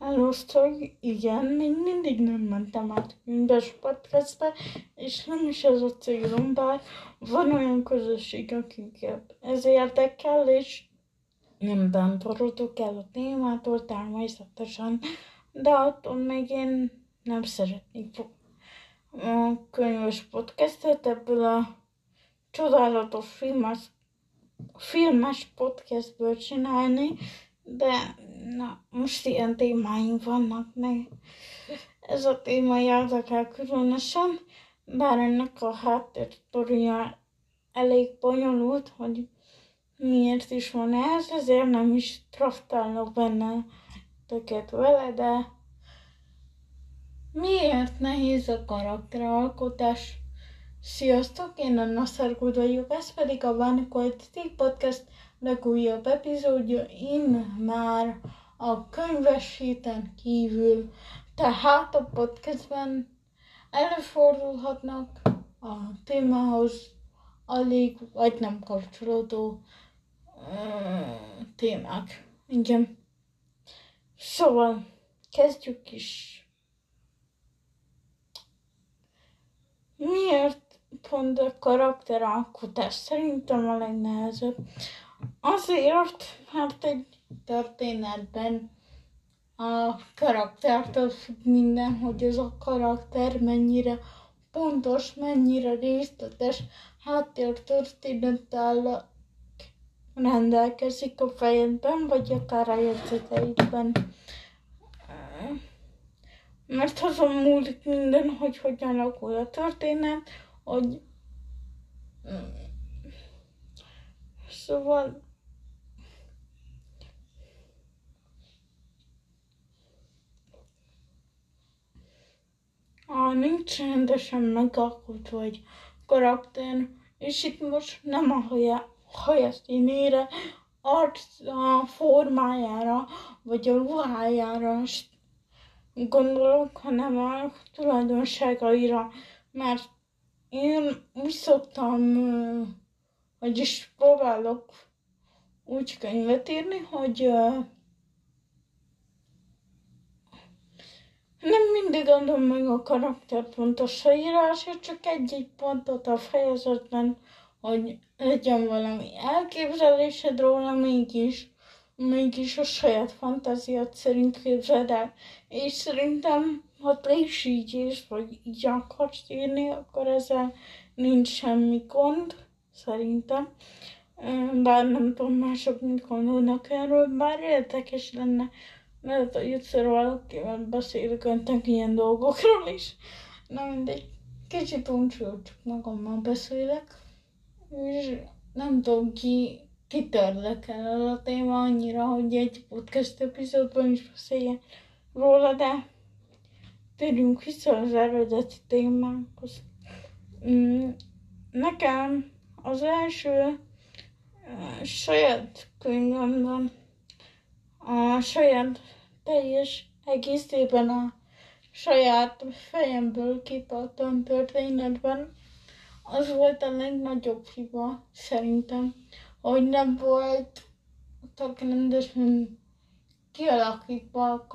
Először igen, még mindig nem mentem át könyves podcastbe, és nem is ez a célom, bár van olyan közösség, akiket ez érdekel, és nem bántorodok el a témától természetesen, de attól még én nem szeretnék a könyves podcastet ebből a csodálatos filmes podcastből csinálni, de na, most ilyen témáink vannak, meg ez a téma érdekel különösen, bár ennek a háttérsztoria elég bonyolult, hogy miért is van ez, ezért nem is traftálok benne töket vele, de miért nehéz a karakteralkotás? Sziasztok, én Anna Szargód vagyok, ez pedig a Vánikolt Podcast legújabb epizódja, én már a könyves héten kívül, tehát a podcastben előfordulhatnak a témához alig vagy nem kapcsolódó témák. Igen. Szóval kezdjük is. Miért pont a karakteralkotás szerintem a legnehezebb? Azért, mert egy történetben a karaktertől függ minden, hogy ez a karakter mennyire pontos, mennyire részletes háttértörténettel rendelkezik a fejedben, vagy akár a jegyzeteidben. Mert azon múlik minden, hogy hogyan alakul a történet, hogy szóval nincs rendesen megalkotva egy karakter, és itt most nem a haja színére, arca formájára, vagy a ruhájára gondolok, hanem a tulajdonságaira, mert én úgy szoktam, vagyis próbálok úgy könyvet írni, hogy nem mindig adom meg a karakter pontos leírását, csak egy-egy pontot a fejezetben, hogy legyen valami elképzelésed róla, mégis a saját fantáziát szerint képzeld el. És szerintem, ha te is így írsz, vagy így akarsz írni, akkor ezzel nincs semmi gond, szerintem. Bár nem tudom, mások mit gondolnak erről, bár érdekes lenne, mert egyszer valakivel beszélgetnek ilyen dolgokról is. Na mindegy, kicsit uncsúl, csak magammal beszélek, és nem tudom kit érdekel a téma annyira, hogy egy podcast epizódban is beszéljen róla, de térjünk vissza az eredeti témánkhoz. Nekem az első saját könyvemben, a saját teljes egészében a saját fejemből kipattant történetben, az volt a legnagyobb hiba, szerintem, hogy nem volt rendesen kialakítva a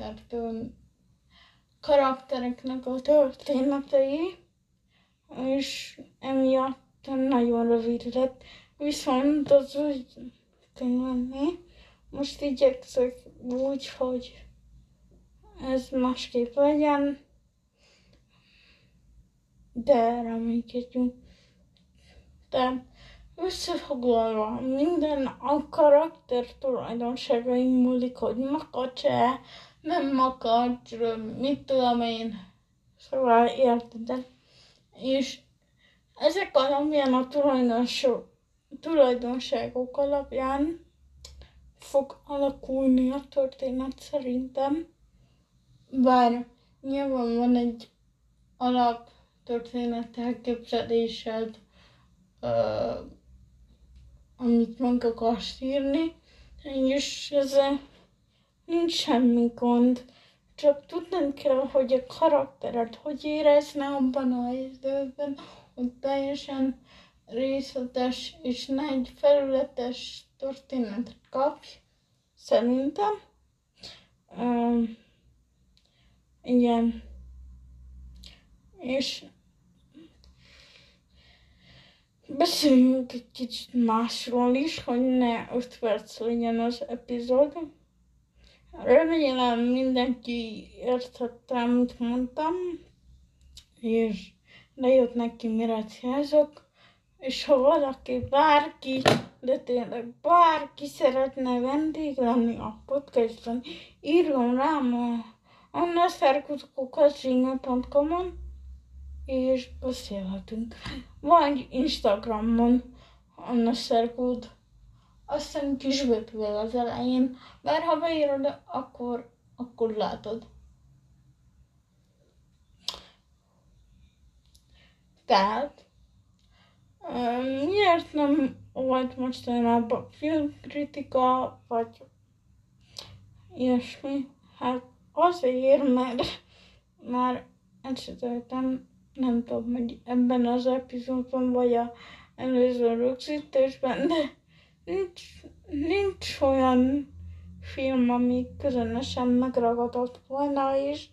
karaktereknek a történetei, és emiatt nagyon rövid lett. Viszont az úgy könyvenni, most igyekszek úgy, hogy ez másképp legyen, de reménykedjünk. Tehát összefoglalva, minden a karakter tulajdonságain múlik, hogy makacse, nem makacs, mit tudom én. Szóval érted. És ezek alapján a tulajdonságok alapján fog alakulni a történet szerintem. Bár nyilván van egy alap történet elképzelésed, amit meg akarsz írni, és ezzel nincs semmi gond. Csak tudnod kell, hogy a karaktered hogy érezne abban a helyzetben, hogy teljesen részletes és ne egy felületes történetet kapj, szerintem. Igen. És beszéljünk egy kicsit másról is, hogy ne 5 perc legyen az epizód. Remélem mindenki értette, amit mondtam, és lejött neki, mire célzok. És ha valaki, bárki, de tényleg bárki szeretne vendég lenni a podcastban, írjon rám a annaszerkut@gmail.com-on, és beszélhetünk. Vagy Instagramon, annaszerkut, aztán kisbetűvel az elején, mert ha beírod, akkor látod. Tehát, miért nem volt mostanában filmkritika, vagy ilyesmi? Hát azért, mert már egyszerűen nem tudom, hogy ebben az epizódban, vagy az előző rögzítésben, de nincs olyan film, ami különösen megragadott volna, és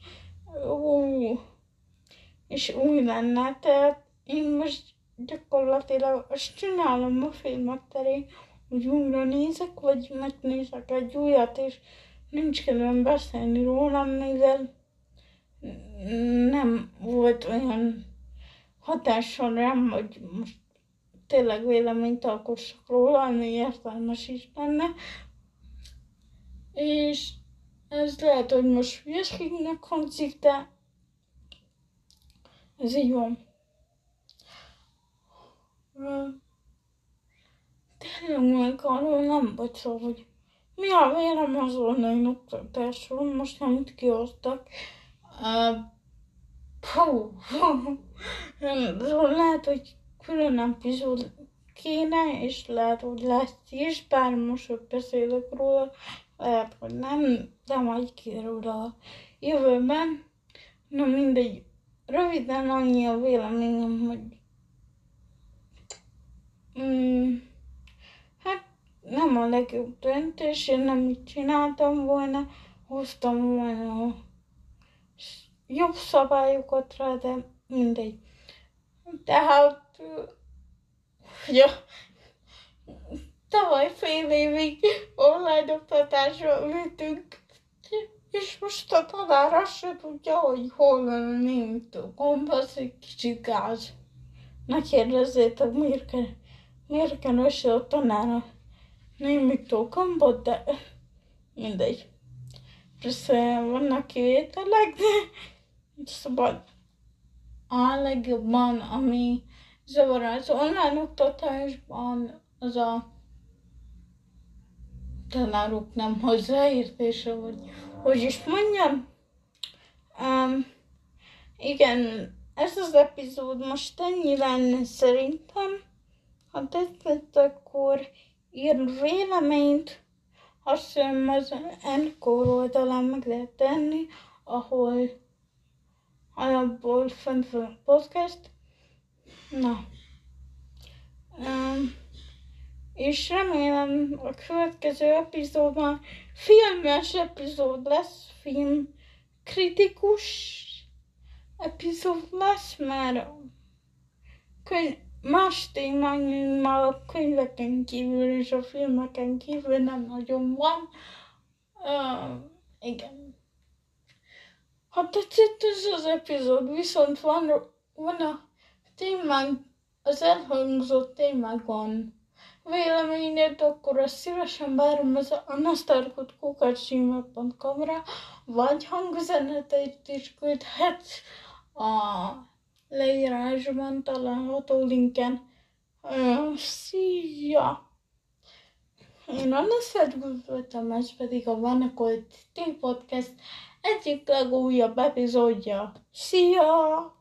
új lenne. Tehát én most gyakorlatilag azt csinálom a filmek terén, hogy újra nézek, vagy megnézek egy újat, és nincs kedvem beszélni róla, mivel nem volt olyan hatással rám, hogy most tényleg véleményt alkossak róla, ami értelmes is lenne. És ez lehet, hogy most hülyeségnek hangzik, de ez így van. Tényleg meg arról nem vagy szó, hogy mi a vélem az online oktatásról, most amit kihoztak. Lehet, hogy külön epizód kéne, és lehet, hogy lesz is, bár most, hogy beszélek róla, lehet, hogy nem, de majd kiderül a jövőben. Na mindegy, röviden annyi a véleményem, hogy hát nem a legjobb döntés, én nem így csináltam volna, hoztam volna jobb szabályokat rá, de mindegy. Tehát, ja, tavaly fél évig online oktatásra ültünk, és most a tanár azt se tudja, hogy hol van a némitokon, az egy kicsit gáz. Ne kérdezzétek, miért keresel a tanár a némitokon, de mindegy. Persze vannak kivételek, de szóval a legjobban, ami zavar az online oktatásban, az a tanárok nem hozzáértése, vagy hogy is mondjam. Igen, ez az epizód most ennyi lenne szerintem. Ha tetszett, akkor írd véleményt. Azt hiszem az Encore oldalán meg lehet tenni, ahol alapból fent van a podcast. Na. És remélem a következő epizódban filmes epizód lesz, filmkritikus epizód lesz, mert más témánkkal a könyveken kívül és a filmeken kívül nem nagyon van. Igen. Ha tetszett ez az epizód, viszont van a témánk, az elhangzott témákon véleményed, akkor azt szívesen várom az anasztarkut@gmail.com-ra, vagy hangüzenetet is küldhetsz a leírásban található linken. Szia! Én Annaszerkut voltam, ez pedig a Vanakolt Podcast egyik legújabb epizódja. Szia!